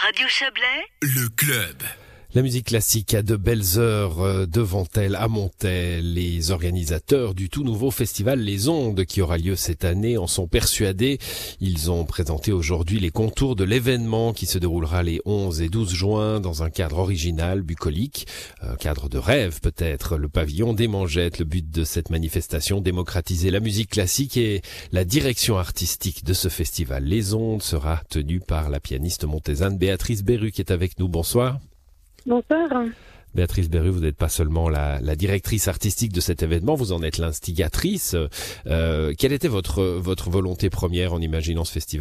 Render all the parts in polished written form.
Radio Chablais, le club. La musique classique a de belles heures devant elle à Montel. Les organisateurs du tout nouveau festival Les Ondes qui aura lieu cette année en sont persuadés. Ils ont présenté aujourd'hui les contours de l'événement qui se déroulera les 11 et 12 juin dans un cadre original, bucolique, un cadre de rêve peut-être, le pavillon des Mangettes. Le but de cette manifestation, démocratiser la musique classique, et la direction artistique de ce festival Les Ondes sera tenue par la pianiste montezane Béatrice Berru qui est avec nous. Bonsoir. Bonsoir. Béatrice Berru, vous n'êtes pas seulement la directrice artistique de cet événement, vous en êtes l'instigatrice. Quelle était votre volonté première en imaginant ce festival ?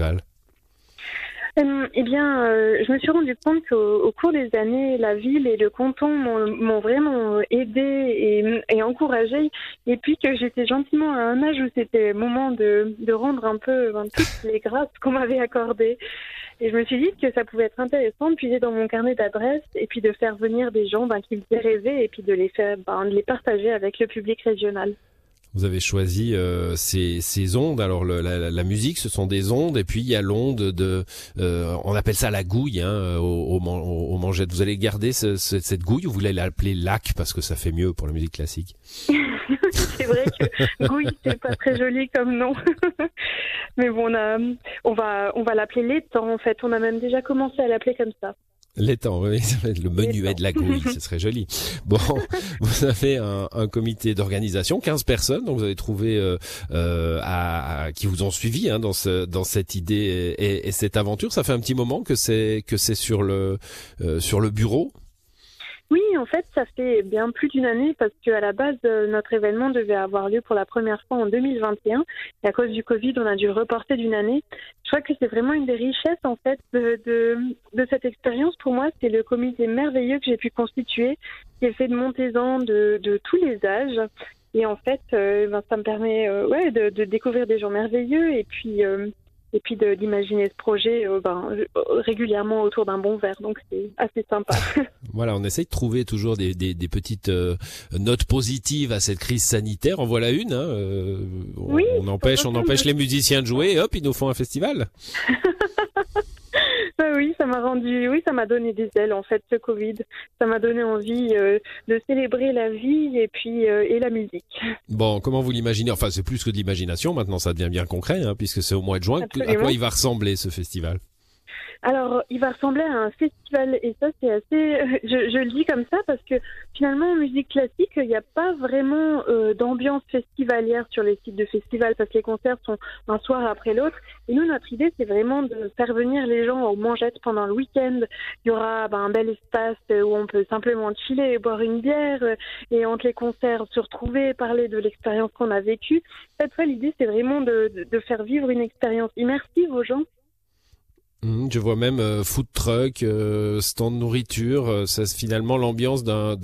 Je me suis rendu compte qu'au cours des années, la ville et le canton m'ont vraiment aidée et encouragée. Et puis que j'étais gentiment à un âge où c'était le moment de rendre un peu toutes les grâces qu'on m'avait accordées. Et je me suis dit que ça pouvait être intéressant de puiser dans mon carnet d'adresses et puis de faire venir des gens qui me faisaient rêver et puis de les partager avec le public régional. Vous avez choisi ces ondes. Alors la musique, ce sont des ondes, et puis il y a l'onde on appelle ça la gouille au Mangettes. Vous allez garder cette gouille ou vous voulez l'appeler lac parce que ça fait mieux pour la musique classique? C'est vrai que gouille, c'est pas très joli comme nom. Mais bon, on va l'appeler l'étang en fait. On a même déjà commencé à l'appeler comme ça. L'étang, oui, ça va être le menuet de la gouille, ce serait joli. Bon, vous avez un comité d'organisation, 15 personnes, donc vous avez trouvé qui vous ont suivi dans cette idée et cette aventure. Ça fait un petit moment que c'est sur le bureau. Oui, en fait, ça fait bien plus d'une année parce qu'à la base, notre événement devait avoir lieu pour la première fois en 2021. Et à cause du Covid, on a dû reporter d'une année. Je crois que c'est vraiment une des richesses, en fait, de cette expérience. Pour moi, c'est le comité merveilleux que j'ai pu constituer, qui est fait de montezans de tous les âges. Et en fait, ça me permet de découvrir des gens merveilleux et puis d'imaginer ce projet régulièrement autour d'un bon verre, donc c'est assez sympa. Voilà, on essaye de trouver toujours des petites notes positives à cette crise sanitaire. En voilà une. Oui, on empêche les musiciens de jouer et hop, ils nous font un festival. Oui, ça m'a donné des ailes en fait, ce Covid. Ça m'a donné envie de célébrer la vie et puis et la musique. Bon, comment vous l'imaginez ? Enfin, c'est plus que de l'imagination. Maintenant, ça devient bien concret, puisque c'est au mois de juin. Absolument. À quoi il va ressembler ce festival ? Alors, il va ressembler à un festival et ça, c'est assez... Je le dis comme ça parce que finalement, en musique classique, il n'y a pas vraiment d'ambiance festivalière sur les sites de festivals parce que les concerts sont un soir après l'autre. Et nous, notre idée, c'est vraiment de faire venir les gens aux Mangettes pendant le week-end. Il y aura un bel espace où on peut simplement chiller, boire une bière et entre les concerts se retrouver, parler de l'expérience qu'on a vécue. Cette fois, l'idée, c'est vraiment de faire vivre une expérience immersive aux gens. Je vois même food truck, stand de nourriture. C'est finalement l'ambiance d'un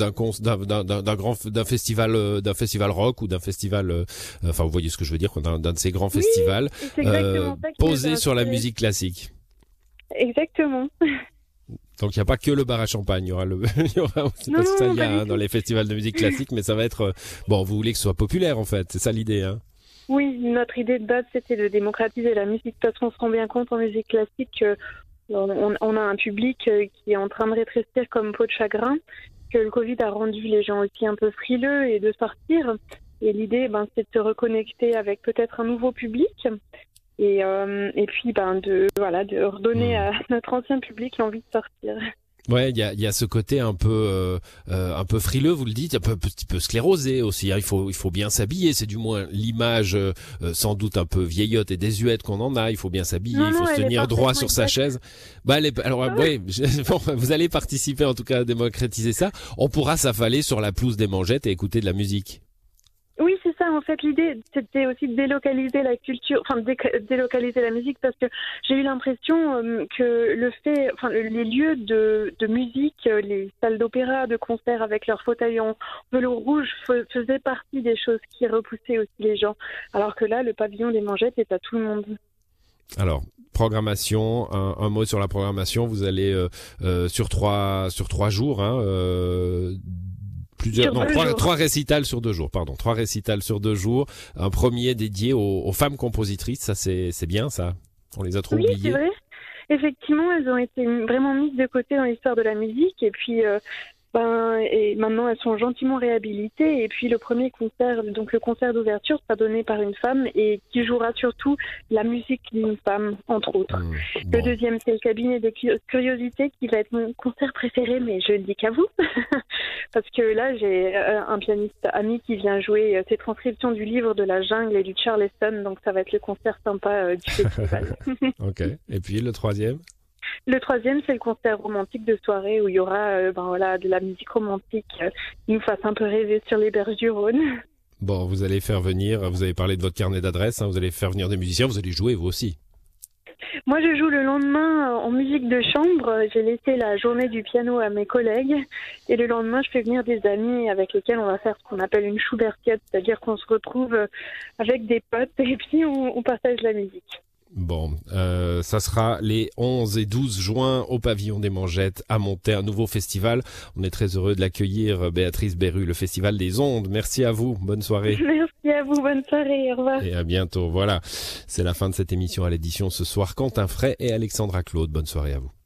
festival rock ou d'un festival. Enfin, vous voyez ce que je veux dire, d'un de ces grands festivals posé sur la musique classique. Exactement. Donc il n'y a pas que le bar à champagne, il y aura aussi dans les festivals de musique classique, mais ça va être vous voulez que ce soit populaire en fait, c'est ça l'idée, hein. Oui, notre idée de base, c'était de démocratiser la musique parce qu'on se rend bien compte en musique classique qu'on a un public qui est en train de rétrécir comme peau de chagrin, que le Covid a rendu les gens aussi un peu frileux et de sortir. Et l'idée, c'est de se reconnecter avec peut-être un nouveau public et puis de redonner à notre ancien public l'envie de sortir. Ouais, il y a ce côté un peu frileux, vous le dites, un petit peu sclérosé aussi. Il faut bien s'habiller, c'est du moins l'image sans doute un peu vieillotte et désuète qu'on en a. Il faut bien s'habiller, il faut se tenir droit sur sa chaise. Vous allez participer en tout cas à démocratiser ça. On pourra s'affaler sur la pelouse des Mangettes et écouter de la musique. Oui, c'est ça. En fait, l'idée, c'était aussi de délocaliser la culture, délocaliser la musique, parce que j'ai eu l'impression que les lieux de musique, les salles d'opéra, de concert avec leurs fauteuils en velours rouge faisaient partie des choses qui repoussaient aussi les gens. Alors que là, le pavillon des Mangettes est à tout le monde. Alors, programmation, un mot sur la programmation. Vous allez sur trois jours, trois récitals sur 2 jours, pardon. 3 récitals sur 2 jours. Un premier dédié aux femmes compositrices, ça c'est bien ça. On les a trop oubliées. C'est vrai. Effectivement, elles ont été vraiment mises de côté dans l'histoire de la musique et puis et maintenant elles sont gentiment réhabilitées et puis le premier concert, donc le concert d'ouverture sera donné par une femme et qui jouera surtout la musique d'une femme entre autres. Bon. Le deuxième c'est le cabinet des curiosités qui va être mon concert préféré mais je ne dis qu'à vous parce que là j'ai un pianiste ami qui vient jouer ses transcriptions du livre de la jungle et du Charleston donc ça va être le concert sympa du festival. Ok. Et puis le troisième? Le troisième, c'est le concert romantique de soirée où il y aura de la musique romantique qui nous fasse un peu rêver sur les berges du Rhône. Bon, vous allez faire venir, vous avez parlé de votre carnet d'adresses, vous allez faire venir des musiciens, vous allez jouer vous aussi. Moi, je joue le lendemain en musique de chambre. J'ai laissé la journée du piano à mes collègues. Et le lendemain, je fais venir des amis avec lesquels on va faire ce qu'on appelle une Schubertiade, c'est-à-dire qu'on se retrouve avec des potes et puis on partage la musique. Bon, ça sera les 11 et 12 juin au Pavillon des Mangettes à Montaix, un nouveau festival. On est très heureux de l'accueillir, Béatrice Berru, le Festival des Ondes. Merci à vous, bonne soirée. Merci à vous, bonne soirée, au revoir. Et à bientôt, voilà. C'est la fin de cette émission à l'édition ce soir. Quentin Fray et Alexandra Claude, bonne soirée à vous.